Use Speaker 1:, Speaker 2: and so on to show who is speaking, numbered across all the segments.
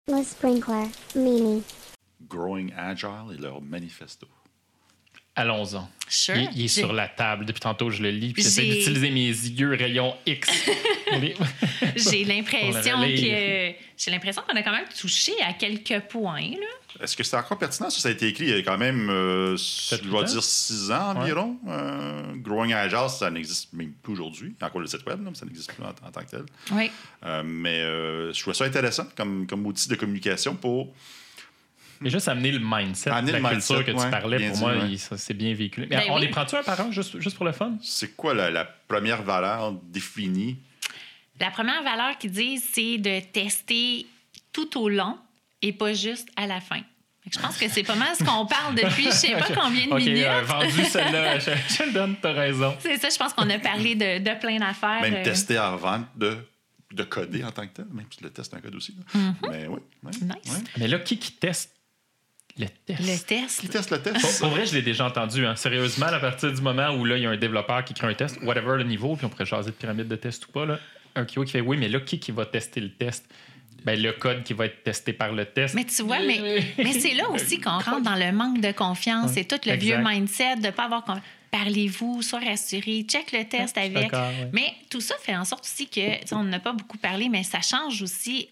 Speaker 1: Le sprinkler, Mimi.
Speaker 2: Growing Agile et leur manifesto.
Speaker 3: Allons-en.
Speaker 4: Sure.
Speaker 3: Il est sur la table. Depuis tantôt, je le lis. Puis j'essaie d'utiliser mes yeux rayon X.
Speaker 4: J'ai l'impression qu'on a quand même touché à quelques points. Là.
Speaker 2: Est-ce que c'est encore pertinent? Ça a été écrit il y a quand même, je dois dire, 6 ans environ. Growing Agile, ça n'existe même plus aujourd'hui. Il y a encore le site web, là, mais ça n'existe plus en tant que tel.
Speaker 4: Oui.
Speaker 2: Mais je trouve ça intéressant comme outil de communication pour...
Speaker 3: Mais juste amener le mindset, la culture que tu parlais, pour moi, c'est bien véhiculé. Mais on les prend-tu un par an, juste pour le fun?
Speaker 2: C'est quoi la première valeur définie?
Speaker 4: La première valeur qu'ils disent, c'est de tester tout au long et pas juste à la fin. Je pense que c'est pas mal ce qu'on parle depuis je sais pas combien de minutes.
Speaker 3: Vendu celle-là, je le donne, t'as raison.
Speaker 4: C'est ça, je pense qu'on a parlé de plein d'affaires.
Speaker 2: Même tester avant de coder en tant que tel, même si le test est un code aussi. Mais oui.
Speaker 4: Nice.
Speaker 2: Ouais.
Speaker 3: Mais là, qui teste le test?
Speaker 4: Le test.
Speaker 2: Qui teste le test?
Speaker 3: Pour vrai, je l'ai déjà entendu. Hein. Sérieusement, à partir du moment où là, il y a un développeur qui crée un test, whatever le niveau, puis on pourrait jaser de pyramide de test ou pas, là, un QA qui fait oui, mais là, qui va tester le test? Ben, le code qui va être testé par le test.
Speaker 4: Mais tu vois, mais c'est là aussi qu'on rentre dans le manque de confiance. C'est tout le vieux mindset de ne pas avoir confiance. Parlez-vous, sois rassuré, check le test avec. Mais tout ça fait en sorte aussi que, on n'a pas beaucoup parlé, mais ça change aussi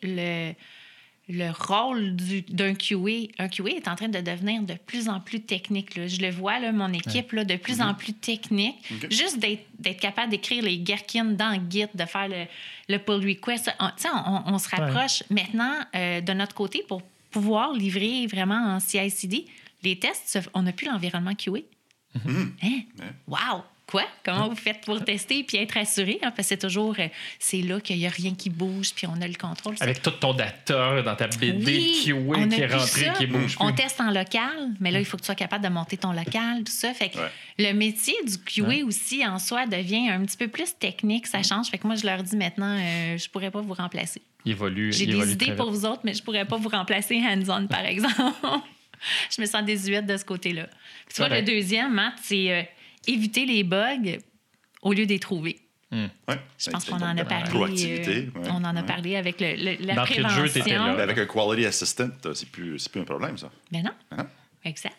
Speaker 4: le rôle d'un QA. Un QA est en train de devenir de plus en plus technique. Là. Je le vois, là, mon équipe, là, de plus en plus technique. Juste d'être capable d'écrire les gherkins dans Git, de faire le pull request. On se rapproche maintenant de notre côté pour pouvoir livrer vraiment en CI/CD. Les tests, on n'a plus l'environnement QA. Hein? Wow! Quoi? Comment vous faites pour tester puis être assuré? Hein? Parce que c'est toujours, c'est là qu'il n'y a rien qui bouge puis on a le contrôle.
Speaker 3: Avec tout ton data dans ta BD QA qui est rentré, qui bouge plus.
Speaker 4: On teste en local, mais là, il faut que tu sois capable de monter ton local, tout ça. Fait que le métier du QA aussi, en soi, devient un petit peu plus technique. Ça change. Fait que moi, je leur dis maintenant, je ne pourrais pas vous remplacer. J'ai des idées pour vous autres, mais je ne pourrais pas vous remplacer hands-on, par exemple. Je me sens désuète de ce côté-là. Puis tu vois, le deuxième, Matt, c'est... éviter les bugs au lieu de les trouver. Je pense qu'on en a parlé.
Speaker 2: Proactivité.
Speaker 4: On en a parlé avec la
Speaker 3: D'entrée de jeu, t'étais
Speaker 4: prévention.
Speaker 3: là.
Speaker 2: Avec un quality assistant, c'est plus un problème, ça.
Speaker 4: Mais non. Exact.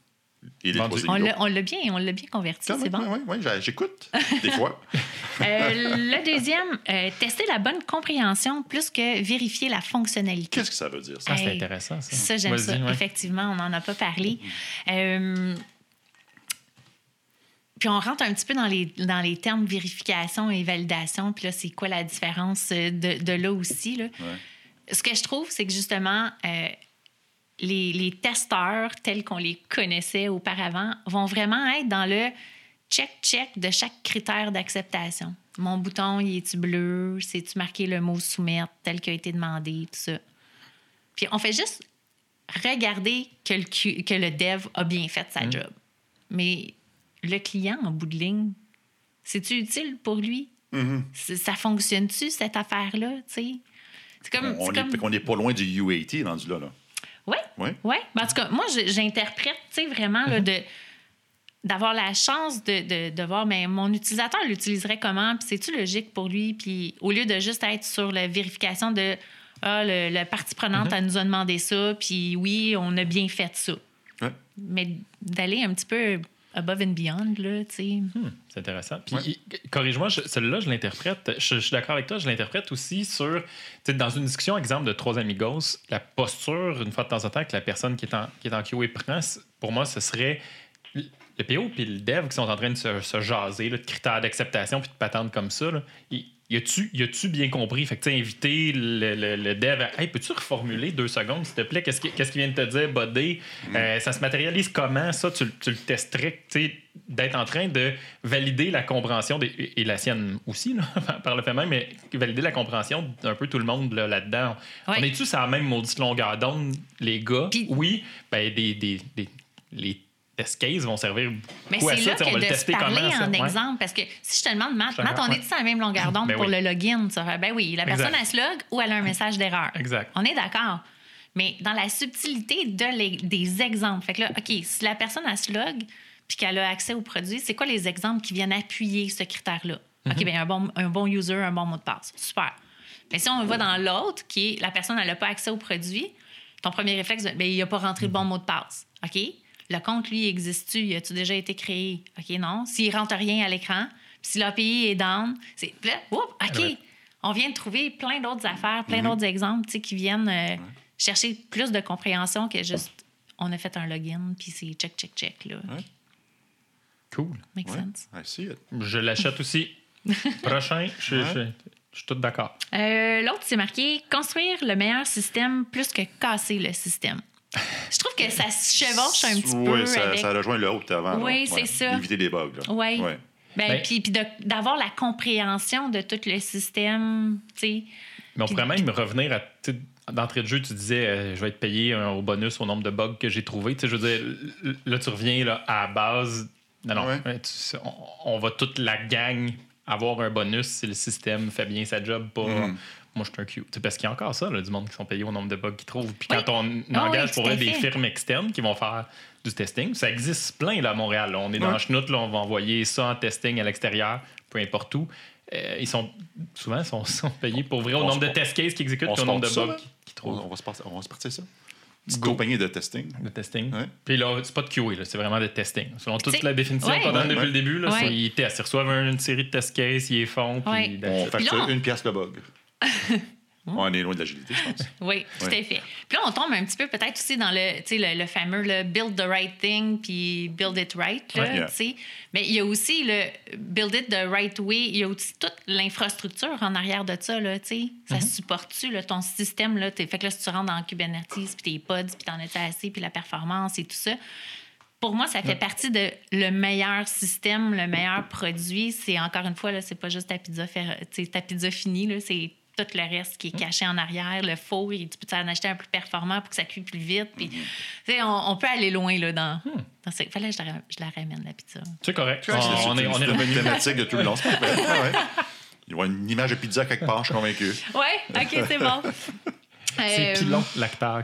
Speaker 4: On l'a bien converti, c'est bon.
Speaker 2: Oui, j'écoute, des fois.
Speaker 4: Le deuxième, tester la bonne compréhension plus que vérifier la fonctionnalité.
Speaker 2: Qu'est-ce que ça veut dire, ça?
Speaker 3: Ah, c'est intéressant, ça.
Speaker 4: Ça, j'aime ça. Effectivement, on n'en a pas parlé. Puis on rentre un petit peu dans les termes vérification et validation. Puis là, c'est quoi la différence de là aussi? Là? Ce que je trouve, c'est que justement, les testeurs tels qu'on les connaissait auparavant vont vraiment être dans le check de chaque critère d'acceptation. Mon bouton, il est-tu bleu? C'est-tu marqué le mot soumettre tel qu'il a été demandé? Tout ça. Puis on fait juste regarder que le dev a bien fait sa job. Mais le client, en bout de ligne, c'est-tu utile pour lui? Ça fonctionne-tu, cette affaire-là? T'sais?
Speaker 2: On n'est pas loin du UAT rendu là.
Speaker 4: Oui. En tout cas, moi, j'interprète vraiment là, d'avoir la chance de voir mais mon utilisateur l'utiliserait comment, puis c'est-tu logique pour lui? Puis au lieu de juste être sur la vérification de la partie prenante, elle nous a demandé ça, puis oui, on a bien fait ça. Mais d'aller un petit peu above and beyond, là, tu sais.
Speaker 3: C'est intéressant. Puis, corrige-moi, celle-là, je l'interprète, je suis d'accord avec toi, je l'interprète aussi sur, tu sais, dans une discussion, exemple de trois amigos, la posture, une fois de temps en temps, que la personne qui est en QA prend, pour moi, ce serait le PO puis le dev qui sont en train de se jaser, là, de critères d'acceptation puis de patentes comme ça, là. Y a-tu bien compris? Fait que, tu sais, inviter le dev à « Hey, peux-tu reformuler 2 secondes, s'il te plaît? Qu'est-ce qu'il vient de te dire, Buddy? Ça se matérialise comment, ça? Tu le testerais, tu sais, d'être en train de valider la compréhension, et la sienne aussi, là, par le fait même, mais valider la compréhension d'un peu tout le monde là-dedans. On est-tu sur la même maudite longueur d'onde, les gars? Puis, oui, ben les test cases vont servir beaucoup à ça.
Speaker 4: Mais c'est là
Speaker 3: on va
Speaker 4: que
Speaker 3: le tester
Speaker 4: de se parler
Speaker 3: comment,
Speaker 4: en exemple. Parce que si je te demande, Matt, on est sur la même longueur d'onde pour le login? Ça fait, ben oui, la personne, elle se log ou elle a un message d'erreur.
Speaker 3: Exact.
Speaker 4: On est d'accord. Mais dans la subtilité des exemples. Fait que là, OK, si la personne, elle se log puis qu'elle a accès au produit, c'est quoi les exemples qui viennent appuyer ce critère-là? OK, bien, un bon user, un bon mot de passe. Super. Mais si on va dans l'autre, qui est la personne n'a pas accès au produit, ton premier réflexe, il n'a pas rentré le bon mot de passe. OK? Le compte, lui, existe-tu? A-tu déjà été créé? OK, non. S'il ne rentre rien à l'écran, puis si l'API est down, c'est là, OK. Ouais. On vient de trouver plein d'autres affaires, plein d'autres exemples qui viennent chercher plus de compréhension que juste on a fait un login, puis c'est check, là.
Speaker 2: Ouais.
Speaker 3: Cool.
Speaker 4: Make sense.
Speaker 2: I see it.
Speaker 3: Je l'achète aussi. Prochain, je suis tout d'accord.
Speaker 4: L'autre, c'est marqué « Construire le meilleur système plus que casser le système ». Je trouve que ça se chevauche un petit peu.
Speaker 2: Oui, ça rejoint le haut avant.
Speaker 4: Oui, c'est ça.
Speaker 2: Éviter des bugs.
Speaker 4: Oui. Puis d'avoir la compréhension de tout le système, tu sais.
Speaker 3: Mais on pourrait même revenir à... D'entrée de jeu, tu disais je vais être payé au bonus au nombre de bugs que j'ai trouvé. Je veux dire, là, tu reviens là, à la base. Non. On va toute la gang avoir un bonus si le système fait bien sa job, pas... Moi, je suis un Q. Parce qu'il y a encore ça, là, du monde qui sont payés au nombre de bugs qu'ils trouvent. Puis quand on engage pour des firmes externes qui vont faire du testing, ça existe plein là, à Montréal. Là. On est dans le chenoute, là, on va envoyer ça en testing à l'extérieur, peu importe où. Ils sont souvent sont payés pour vrai au nombre de test cases qu'ils exécutent et au nombre de bugs qu'ils trouvent.
Speaker 2: On va se partir ça. Petite compagnie de testing.
Speaker 3: De testing. Ouais. Puis là, c'est pas de QA, là, c'est vraiment de testing. Selon toute la définition qu'on donne depuis le début, là, ils testent. Ils reçoivent une série de test cases, ils les font. Puis
Speaker 2: on facture $1 le bug. On est loin de l'agilité, je pense.
Speaker 4: Oui, tout à fait. Puis là, on tombe un petit peu peut-être aussi dans le fameux build the right thing puis build it right. Là, mais il y a aussi le build it the right way. Il y a aussi toute l'infrastructure en arrière de ça. Là, ça supporte-tu ton système? Là, fait que là, si tu rentres dans Kubernetes, puis tes pods, puis t'en as assez, puis la performance et tout ça. Pour moi, ça fait partie de le meilleur système, le meilleur produit. C'est encore une fois, là, c'est pas juste ta pizza finie, là, c'est tout le reste qui est caché en arrière, le four, tu peux en acheter un plus performant pour que ça cuise plus vite. Puis, on peut aller loin là, dans ça. Fallait que je la ramène, la pizza.
Speaker 3: C'est correct.
Speaker 2: On est revenu thématique de tout le long. Il y aura une image de pizza quelque part, je suis convaincu.
Speaker 4: Oui, OK, c'est bon.
Speaker 3: C'est Pilon, l'acteur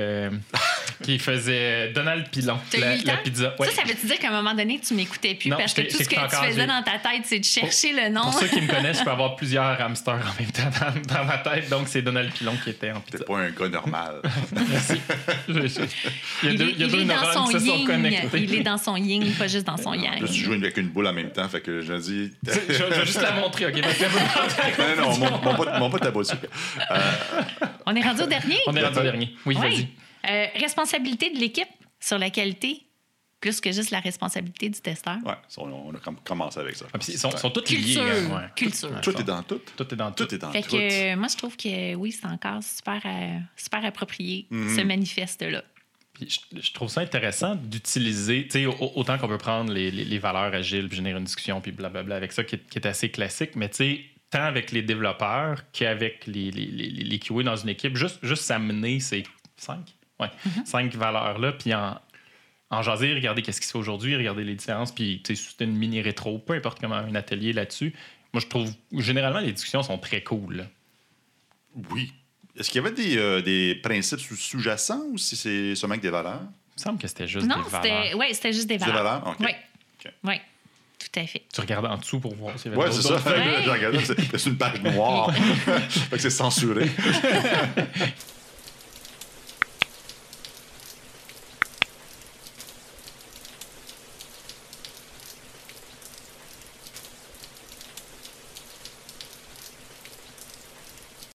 Speaker 3: qui faisait Donald Pilon, la pizza. Ouais.
Speaker 4: Ça veut-tu dire qu'à un moment donné, tu m'écoutais plus? Parce que tout ce que tu faisais dans ta tête, c'est de chercher le nom.
Speaker 3: Pour ceux qui me connaissent, je peux avoir plusieurs hamsters en même temps dans ma tête. Donc, c'est Donald Pilon qui était en pizza.
Speaker 2: T'es pas un gars normal.
Speaker 3: Merci. Il y a deux neurones qui se sont connectés.
Speaker 4: Il est dans son yin, pas juste dans son yang.
Speaker 2: Là, tu joues avec une boule en même temps, fait que je dis...
Speaker 3: Je vais juste la montrer, OK?
Speaker 2: Non, mon pote ta boule, s'il vous plaît.
Speaker 4: On est rendu au dernier?
Speaker 3: On est rendu au dernier. Oui, vas-y.
Speaker 4: Responsabilité de l'équipe sur la qualité, plus que juste la responsabilité du testeur.
Speaker 2: Oui, on a commencé avec ça.
Speaker 3: Ils sont tous liés.
Speaker 4: Culture.
Speaker 2: Tout est dans tout.
Speaker 3: Tout est dans tout.
Speaker 4: Fait que moi, je trouve que oui, c'est encore super approprié, ce manifeste-là.
Speaker 3: Puis je trouve ça intéressant d'utiliser, tu sais, autant qu'on peut prendre les valeurs agiles, puis générer une discussion, puis blablabla avec ça, qui est assez classique, mais tu sais, tant avec les développeurs qu'avec les QA dans une équipe, juste s'amener ces 5 valeurs-là, puis en jaser, regarder qu'est-ce qui se fait aujourd'hui, regarder les différences, puis si c'est une mini-rétro, peu importe comment, un atelier là-dessus. Moi, je trouve, généralement, les discussions sont très cool. Là.
Speaker 2: Oui. Est-ce qu'il y avait des principes sous-jacents ou si c'est seulement que des valeurs?
Speaker 3: Il me semble que c'était juste des valeurs.
Speaker 4: Oui, c'était juste des valeurs.
Speaker 2: Des valeurs? OK.
Speaker 4: Oui. Okay. Oui. Tout à fait.
Speaker 3: Tu regardes en dessous pour voir s'il y avait
Speaker 2: d'autres. Oui, c'est ça.
Speaker 4: Ouais.
Speaker 2: Je regarde, c'est une page noire. Fait que c'est censuré.